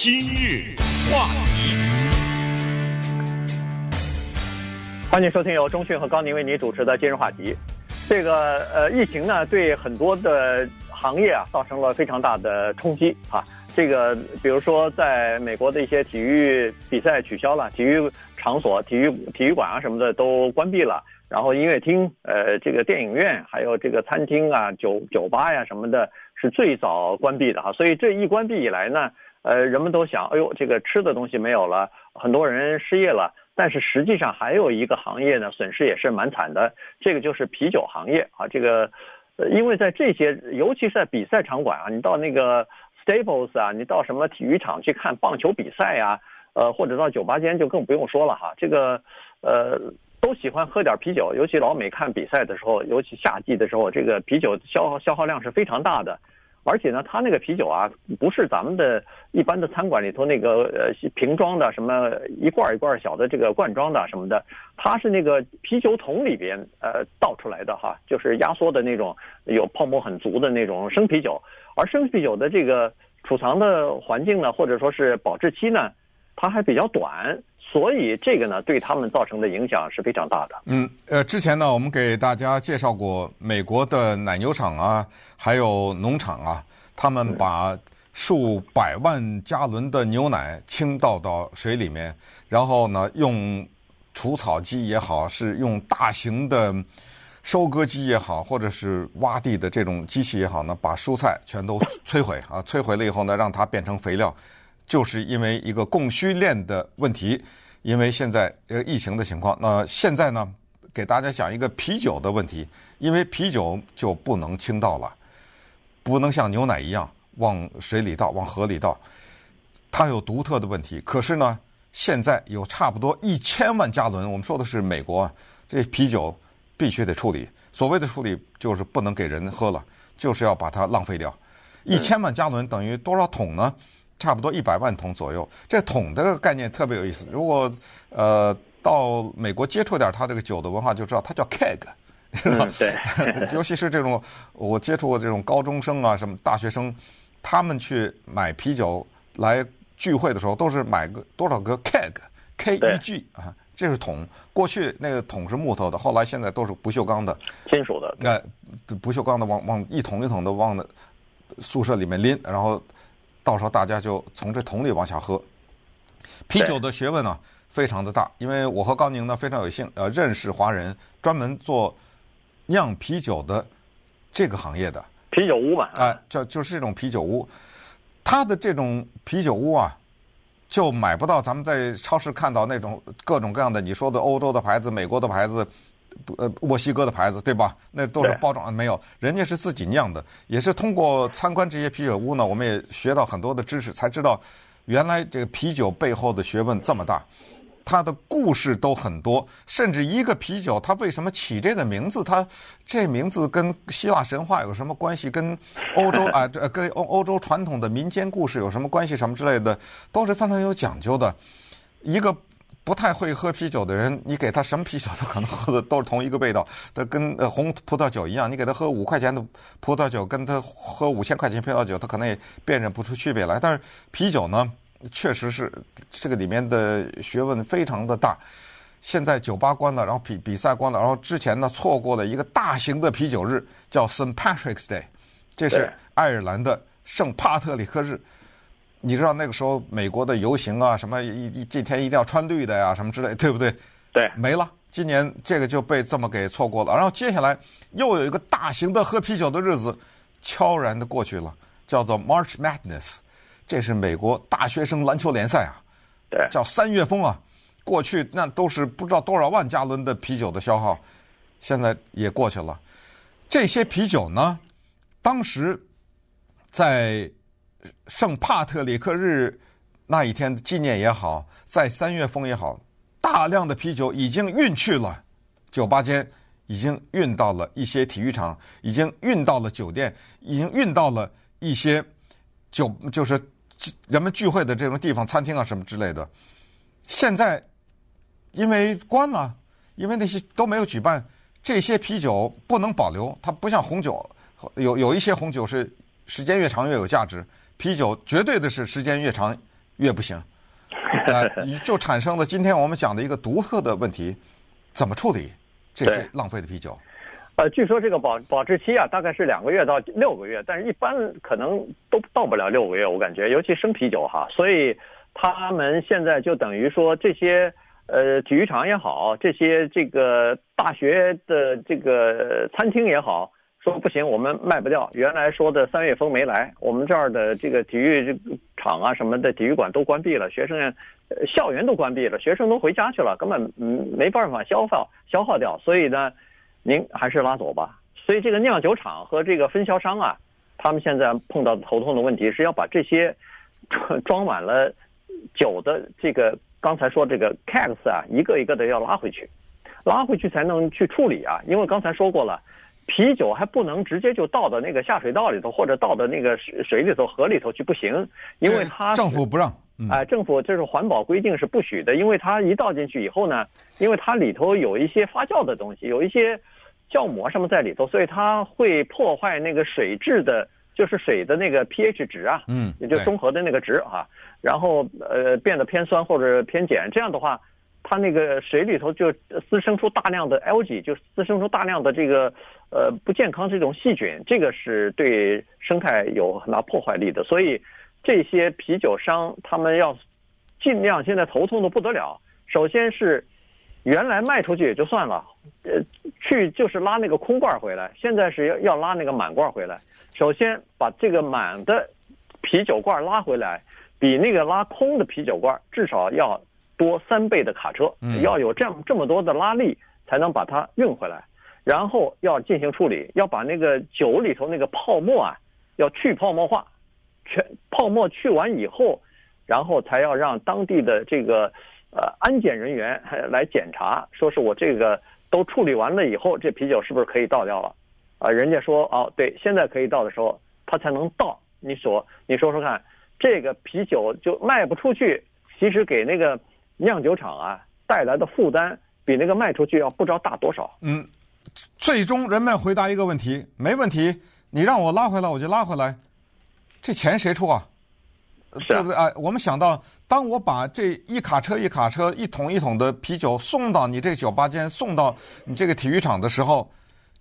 今日话题， 欢迎收听由钟迅和高宁为你主持的今日话题。这个疫情呢，对很多的行业啊造成了非常大的冲击啊。这个比如说，在美国的一些体育比赛取消了，体育场所、体育馆啊什么的都关闭了，然后音乐厅、这个电影院，还有这个餐厅啊、酒吧呀什么的，是最早关闭的哈。所以这一关闭以来呢，人们都想，哎呦，这个吃的东西没有了，很多人失业了。但是实际上还有一个行业呢，损失也是蛮惨的，这个就是啤酒行业啊。这个，因为在这些，尤其是在比赛场馆啊，你到那个 Staples 啊，你到什么体育场去看棒球比赛呀，或者到酒吧间就更不用说了哈。这个，都喜欢喝点啤酒，尤其老美看比赛的时候，尤其夏季的时候，这个啤酒消耗量是非常大的。而且呢，它那个啤酒啊，不是咱们的一般的餐馆里头那个瓶装的，什么一罐一罐小的这个罐装的什么的，它是那个啤酒桶里边倒出来的哈，就是压缩的那种，有泡沫很足的那种生啤酒。而生啤酒的这个储藏的环境呢，或者说是保质期呢，它还比较短。所以这个呢，对他们造成的影响是非常大的。 之前呢，我们给大家介绍过美国的奶牛场啊，还有农场啊，他们把数百万加仑的牛奶倾倒到水里面，然后呢，用除草机也好，是用大型的收割机也好，或者是挖地的这种机器也好呢，把蔬菜全都摧毁啊，摧毁了以后呢，让它变成肥料，就是因为一个供需链的问题。因为现在疫情的情况，那现在呢，给大家讲一个啤酒的问题。因为啤酒就不能倾倒了，不能像牛奶一样往水里倒、往河里倒，它有独特的问题。可是呢，现在有差不多1000万加仑，我们说的是美国啊，这啤酒必须得处理。所谓的处理就是不能给人喝了，就是要把它浪费掉。1000万加仑等于多少桶呢？差不多100万桶左右。这桶的概念特别有意思。如果到美国接触点它这个酒的文化，就知道它叫 keg， 对， 尤其是这种我接触过这种高中生啊，什么大学生，他们去买啤酒来聚会的时候，都是买个多少个 keg 啊，这是桶。过去那个桶是木头的，后来现在都是不锈钢的， 金属的。 不锈钢的往一桶一桶的往宿舍里面拎，然后到时候大家就从这桶里往下喝。啤酒的学问呢非常的大，因为我和高宁呢非常有幸认识华人专门做酿啤酒的这个行业的啤酒屋嘛， 就是这种啤酒屋。它的这种啤酒屋啊，就买不到咱们在超市看到那种各种各样的你说的欧洲的牌子、美国的牌子、墨西哥的牌子，对吧？那都是包装，没有，人家是自己酿的。也是通过参观这些啤酒屋呢，我们也学到很多的知识，才知道原来这个啤酒背后的学问这么大，它的故事都很多。甚至一个啤酒它为什么起这个名字，它这名字跟希腊神话有什么关系，跟欧洲跟欧洲传统的民间故事有什么关系，什么之类的，都是非常有讲究的。一个不太会喝啤酒的人，你给他什么啤酒，他可能喝的都是同一个味道。他跟红葡萄酒一样，你给他喝5块钱的葡萄酒，跟他喝5000块钱葡萄酒，他可能也辨认不出区别来。但是啤酒呢，确实是这个里面的学问非常的大。现在酒吧关了，然后比赛关了，然后之前呢错过了一个大型的啤酒日，叫 St. Patrick's Day， 这是爱尔兰的圣帕特里克日。你知道那个时候美国的游行啊，什么这天一定要穿绿的呀，什么之类，对不对？ 对， 没了。今年这个就被这么给错过了。然后接下来又有一个大型的喝啤酒的日子悄然的过去了，叫做 March Madness， 这是美国大学生篮球联赛啊， 对， 叫3月风啊。过去那都是不知道多少万加仑的啤酒的消耗，现在也过去了。这些啤酒呢，当时在圣帕特里克日那一天的纪念也好，在3月风也好，大量的啤酒已经运去了酒吧间，已经运到了一些体育场，已经运到了酒店，已经运到了一些就是人们聚会的这种地方，餐厅啊什么之类的。现在因为关了，因为那些都没有举办，这些啤酒不能保留。它不像红酒，有一些红酒是时间越长越有价值，啤酒绝对的是时间越长越不行，就产生了今天我们讲的一个独特的问题：怎么处理这些浪费的啤酒？ 据说这个保质期啊，大概是2个月到6个月，但是一般可能都到不了6个月，我感觉，尤其生啤酒哈。所以他们现在就等于说这些体育场也好，这些这个大学的这个餐厅也好，说不行，我们卖不掉。原来说的3月风没来，我们这儿的这个体育场啊什么的体育馆都关闭了，学生校园都关闭了，学生都回家去了，根本没办法消耗掉。所以呢，您还是拉走吧。所以这个酿酒厂和这个分销商啊，他们现在碰到头痛的问题是要把这些装满了酒的这个刚才说这个 kegs 啊，一个一个的要拉回去才能去处理啊。因为刚才说过了，啤酒还不能直接就倒到那个下水道里头，或者倒到那个水里头、河里头去，不行，因为它政府不让。 政府这是环保规定是不许的，因为它一倒进去以后呢，因为它里头有一些发酵的东西，有一些酵母什么在里头，所以它会破坏那个水质的，就是水的那个 pH 值啊，也就中和的那个值啊，然后变得偏酸或者偏碱，这样的话，它那个水里头就滋生出大量的 algae， 就滋生出大量的这个不健康这种细菌，这个是对生态有很大破坏力的，所以这些啤酒商他们要尽量，现在头痛的不得了。首先是原来卖出去也就算了，去就是拉那个空罐回来，现在是要拉那个满罐回来。首先把这个满的啤酒罐拉回来，比那个拉空的啤酒罐至少要多3倍的卡车，要有这么多的拉力才能把它运回来。然后要进行处理，要把那个酒里头那个泡沫啊，要去泡沫化。泡沫去完以后，然后才要让当地的这个安检人员来检查，说是我这个都处理完了以后，这啤酒是不是可以倒掉了？人家说对，现在可以倒的时候，它才能倒。你说说看，这个啤酒就卖不出去，其实给那个酿酒厂啊带来的负担，比那个卖出去要不知道大多少。 最终人们回答一个问题：没问题，你让我拉回来我就拉回来。这钱谁出啊？对不对啊？我们想到，当我把这一卡车、一桶一桶的啤酒送到你这个酒吧间，送到你这个体育场的时候，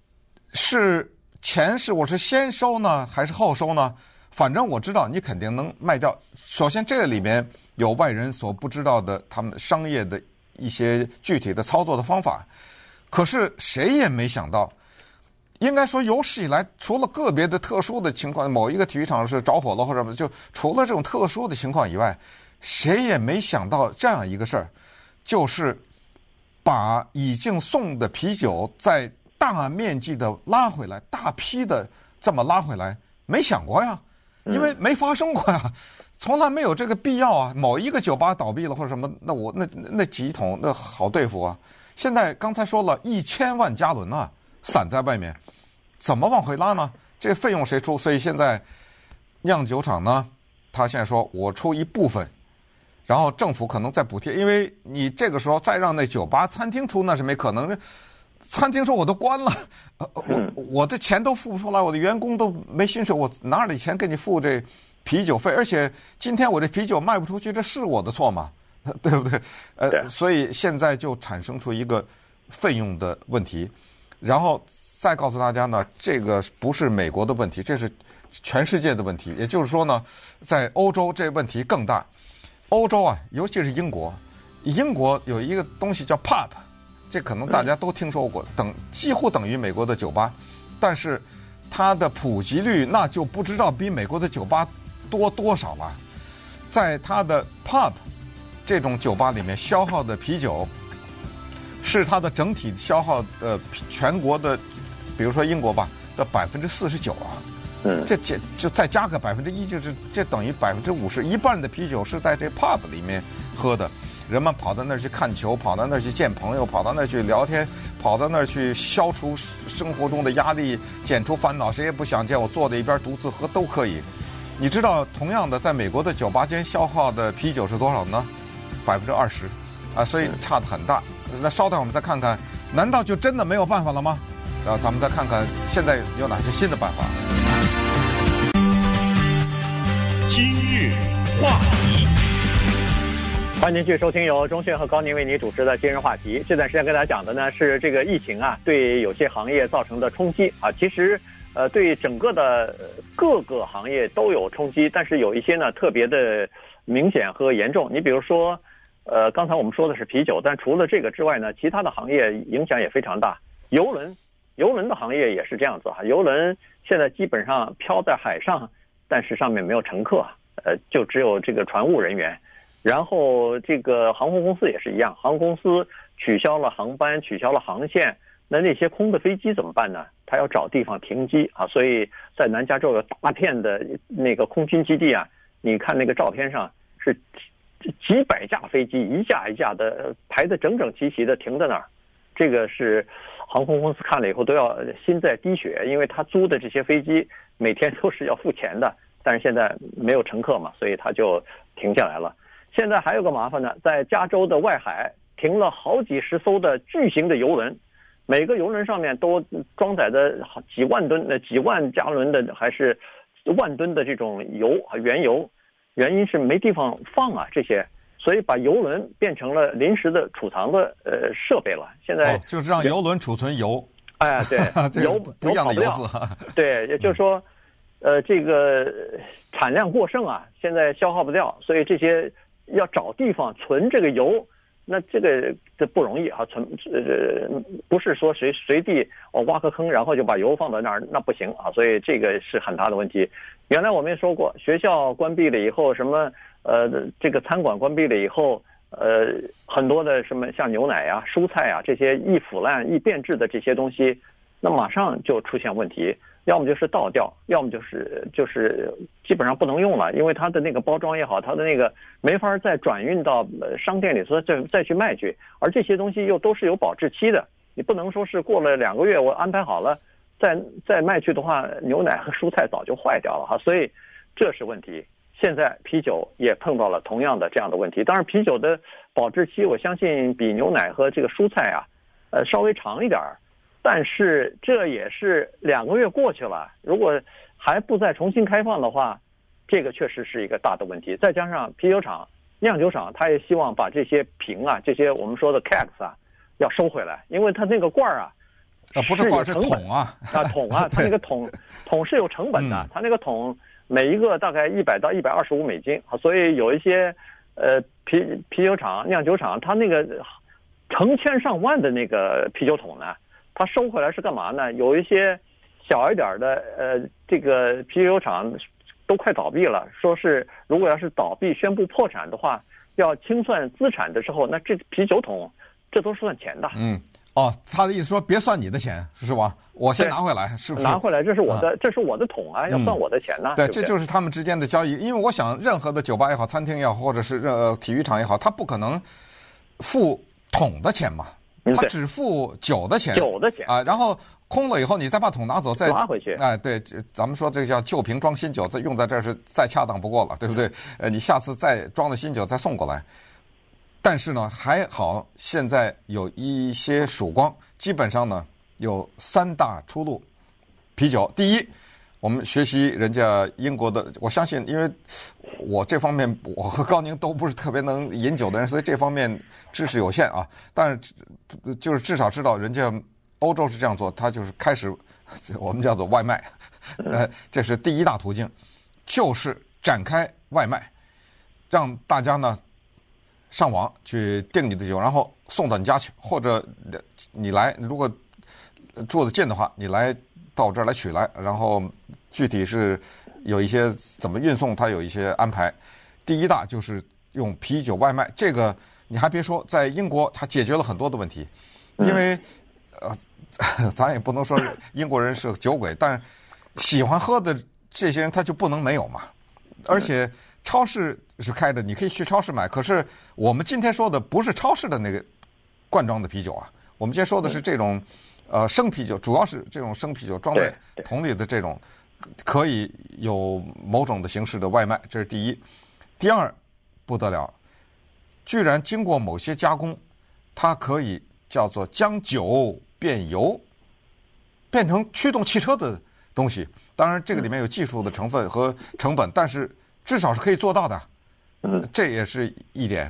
钱我是先收呢，还是后收呢？反正我知道你肯定能卖掉。首先，这个里面有外人所不知道的他们商业的一些具体的操作的方法。可是谁也没想到。应该说，有史以来，除了个别的特殊的情况，某一个体育场是着火了或者什么，就除了这种特殊的情况以外，谁也没想到这样一个事儿，就是把已经送的啤酒在大面积的拉回来，大批的这么拉回来，没想过呀，因为没发生过呀，从来没有这个必要啊。某一个酒吧倒闭了或者什么，那我那几桶那好对付啊。现在刚才说了1000万加仑啊。散在外面，怎么往回拉呢？这费用谁出？所以现在酿酒厂呢，他现在说我出一部分，然后政府可能再补贴，因为你这个时候再让那酒吧、餐厅出那是没可能。餐厅说我都关了，我的钱都付不出来，我的员工都没薪水，我哪里钱给你付这啤酒费？而且今天我这啤酒卖不出去，这是我的错吗？对不对？所以现在就产生出一个费用的问题。然后再告诉大家呢，这个不是美国的问题，这是全世界的问题。也就是说呢，在欧洲这问题更大。欧洲啊，尤其是英国有一个东西叫 pub， 这可能大家都听说过，几乎等于美国的酒吧，但是它的普及率那就不知道比美国的酒吧多多少了。在它的 pub 这种酒吧里面消耗的啤酒。是它的整体消耗全国的，比如说英国吧的49%啊，这就再加个1%，就是这等于50%，一半的啤酒是在这 pub 里面喝的。人们跑到那儿去看球，跑到那儿去见朋友，跑到那儿去聊天，跑到那儿去消除生活中的压力，减除烦恼。谁也不想见我坐在一边独自喝都可以。你知道，同样的，在美国的酒吧间消耗的啤酒是多少呢？20%啊，所以差得很大。那稍等，我们再看看，难道就真的没有办法了吗？然后咱们再看看现在有哪些新的办法。 今日话题， 欢迎继续收听由钟迅和高宁为你主持的今日话题。这段时间跟大家讲的呢是这个疫情啊对有些行业造成的冲击啊，其实对整个的各个行业都有冲击，但是有一些呢特别的明显和严重。你比如说刚才我们说的是啤酒，但除了这个之外呢，其他的行业影响也非常大。邮轮的行业也是这样子哈，邮轮现在基本上飘在海上，但是上面没有乘客，就只有这个船务人员。然后这个航空公司也是一样，航空公司取消了航班，取消了航线，那些空的飞机怎么办呢？他要找地方停机啊，所以在南加州有大片的那个空军基地啊，你看那个照片上是几百架飞机一架一架的排得整整齐齐的停在那儿，这个是航空公司看了以后都要心在滴血，因为他租的这些飞机每天都是要付钱的，但是现在没有乘客嘛，所以他就停下来了。现在还有个麻烦呢，在加州的外海停了好几十艘的巨型的邮轮，每个邮轮上面都装载着几万加仑的还是万吨的这种原油，原因是没地方放啊这些，所以把邮轮变成了临时的储藏的设备了。现在就是让邮轮储存油， 哎对，油不一样的油字， 对，也就是说这个产量过剩啊，现在消耗不掉，所以这些要找地方存这个油，那这不容易啊，不是说随地挖个坑然后就把油放到那儿，那不行啊，所以这个是很大的问题。原来我们也说过，学校关闭了以后，什么这个餐馆关闭了以后，很多的什么像牛奶啊、蔬菜啊这些易腐烂、易变质的这些东西，那马上就出现问题。要么就是倒掉，要么就是基本上不能用了，因为它的那个包装也好，它的那个没法再转运到商店里头再去卖去，而这些东西又都是有保质期的，你不能说是过了2个月我安排好了再卖去的话，牛奶和蔬菜早就坏掉了哈，所以这是问题。现在啤酒也碰到了同样的这样的问题，当然啤酒的保质期我相信比牛奶和这个蔬菜啊稍微长一点儿。但是这也是2个月过去了，如果还不再重新开放的话，这个确实是一个大的问题。再加上啤酒厂、酿酒厂，他也希望把这些瓶啊、这些我们说的 kegs 啊，要收回来，因为它那个罐啊， 不是罐是桶啊， 桶啊，它那个桶是有成本的，它那个桶每一个大概$100到$125，所以有一些啤酒厂、酿酒厂，它那个成千上万的那个啤酒桶呢。他收回来是干嘛呢？有一些小一点的这个啤酒厂都快倒闭了，说是如果要是倒闭宣布破产的话，要清算资产的时候，那这啤酒桶这都是算钱的。 他的意思说别算你的钱是吧？我先拿回来，是不是？ 拿回来，这是我的桶啊，要算我的钱呢。 对， 对， 这就是他们之间的交易。因为我想，任何的酒吧也好，餐厅也好，或者是体育场也好，他不可能付桶的钱嘛。他只付酒的钱啊，然后空了以后，你再把桶拿走，再拿回去。 哎，对，咱们说这个叫旧瓶装新酒，这用在这儿是再恰当不过了，对不对？你下次再装的新酒再送过来。但是呢，还好现在有一些曙光，基本上呢有3大出路。啤酒，第一，我们学习人家英国的，我相信，因为我这方面我和高宁都不是特别能饮酒的人，所以这方面知识有限啊。但是就是至少知道人家欧洲是这样做，他就是开始我们叫做外卖，这是第一大途径，就是展开外卖，让大家呢上网去订你的酒，然后送到你家去，或者你来，如果住得近的话，你来到我这儿来取来，然后具体是有一些怎么运送，它有一些安排。第一大就是用啤酒外卖，这个你还别说，在英国它解决了很多的问题，因为咱也不能说英国人是酒鬼，但是喜欢喝的这些人他就不能没有嘛。而且超市是开的，你可以去超市买，可是我们今天说的不是超市的那个罐装的啤酒啊，我们今天说的是这种生啤酒，主要是这种生啤酒装在桶里的这种，可以有某种的形式的外卖，这是第一。第二，不得了，居然经过某些加工，它可以叫做将酒变油，变成驱动汽车的东西。当然，这个里面有技术的成分和成本，但是至少是可以做到的。这也是一点。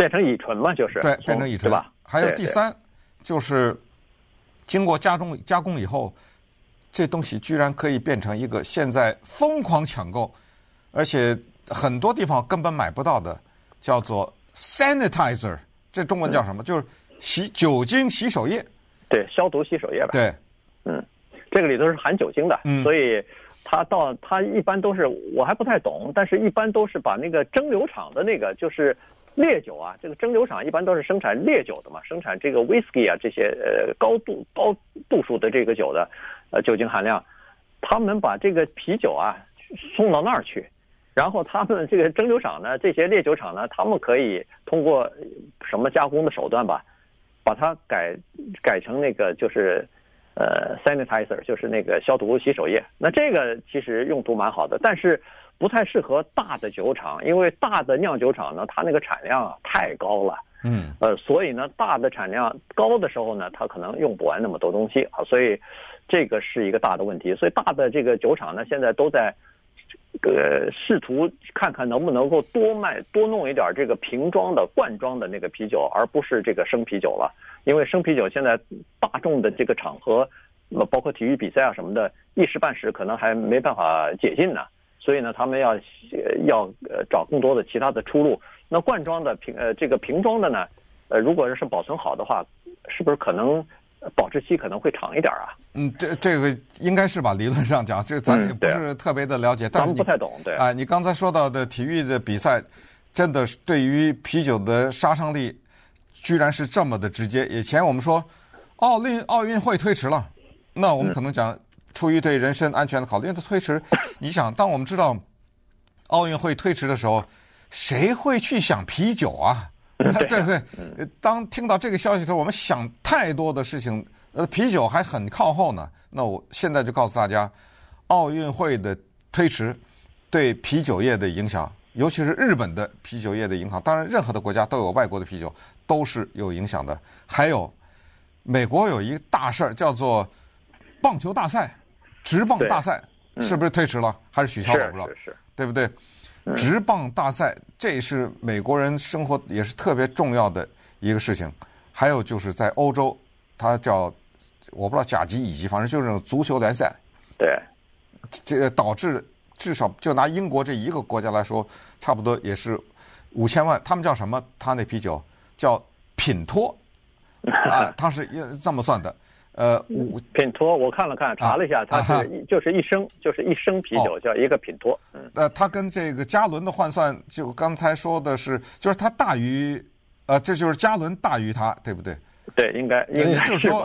变成乙醇嘛，就是对，变成乙醇对吧？ 还有第三，就是经过加工以后，这东西居然可以变成一个现在疯狂抢购，而且很多地方根本买不到的，叫做 sanitizer， 这中文叫什么？就是酒精洗手液。 对，消毒洗手液吧。 对， 这个里头是含酒精的，所以它一般都是，我还不太懂，但是一般都是把那个蒸馏厂的那个就是烈酒啊，这个蒸馏厂一般都是生产烈酒的嘛，生产这个 whisky 啊这些高度数的这个酒的酒精含量，他们把这个啤酒啊送到那儿去，然后他们这个蒸馏厂呢，这些烈酒厂呢，他们可以通过什么加工的手段吧，把它改成那个就是sanitizer， 就是那个消毒洗手液。那这个其实用途蛮好的，但是不太适合大的酒厂，因为大的酿酒厂呢，它那个产量啊太高了。所以呢，大的产量高的时候呢，它可能用不完那么多东西啊，所以这个是一个大的问题。所以大的这个酒厂呢，现在都在试图看看能不能够多弄一点这个瓶装的罐装的那个啤酒，而不是这个生啤酒了。因为生啤酒现在大众的这个场合，包括体育比赛啊什么的，一时半时可能还没办法解禁呢。所以呢，他们要找更多的其他的出路。那罐装的这个瓶装的呢，如果是保存好的话，是不是可能保质期可能会长一点啊？ 这个应该是吧？理论上讲，这咱也不是特别的了解，但是咱们不太懂。对啊，你刚才说到的体育的比赛，真的是对于啤酒的杀伤力，居然是这么的直接。以前我们说奥运会推迟了，那我们可能讲出于对人身安全的考虑，它推迟。你想，当我们知道奥运会推迟的时候，谁会去想啤酒啊？对不对？当听到这个消息的时候，我们想太多的事情。啤酒还很靠后呢。那我现在就告诉大家，奥运会的推迟对啤酒业的影响，尤其是日本的啤酒业的影响，当然任何的国家都有外国的啤酒，都是有影响的。还有美国有一个大事儿叫做棒球大赛，职棒大赛，是不是推迟了还是取消了？我不知道，对不对？职棒大赛，这是美国人生活也是特别重要的一个事情。还有就是在欧洲，它叫我不知道甲级乙级，反正就是这种足球联赛。 对， 这个导致至少就拿英国这一个国家来说，差不多也是5000万。他们叫什么？他那啤酒叫品托啊，他是这么算的。 品托我看了看，查了一下，它是就是一升啤酒叫一个品托。 它跟这个加仑的换算，就刚才说的是，就是它大于这就是加仑大于它，对不对？ 对，应该也就是说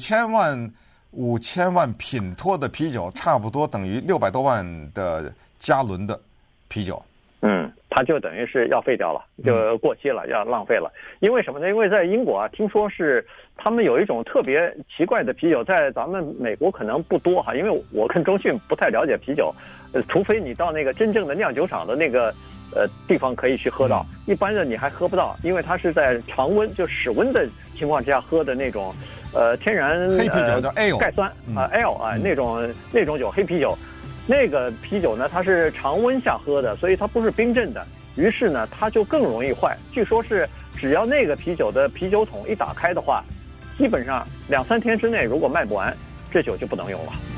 5000万品托的啤酒，差不多等于600多万的加仑的啤酒。 它就等于是要废掉了，就过期了，要浪费了。因为什么呢？因为在英国啊，听说是他们有一种特别奇怪的啤酒，在咱们美国可能不多哈，因为我跟周迅不太了解啤酒，除非你到那个真正的酿酒厂的那个地方可以去喝到，一般的你还喝不到，因为它是在常温就室温的情况之下喝的那种天然黑啤酒叫 ale 钙酸ale 啊那种酒黑啤酒。那个啤酒呢，它是常温下喝的，所以它不是冰镇的，于是呢，它就更容易坏。据说是只要那个啤酒的啤酒桶一打开的话，基本上2-3天之内如果卖不完，这酒就不能用了。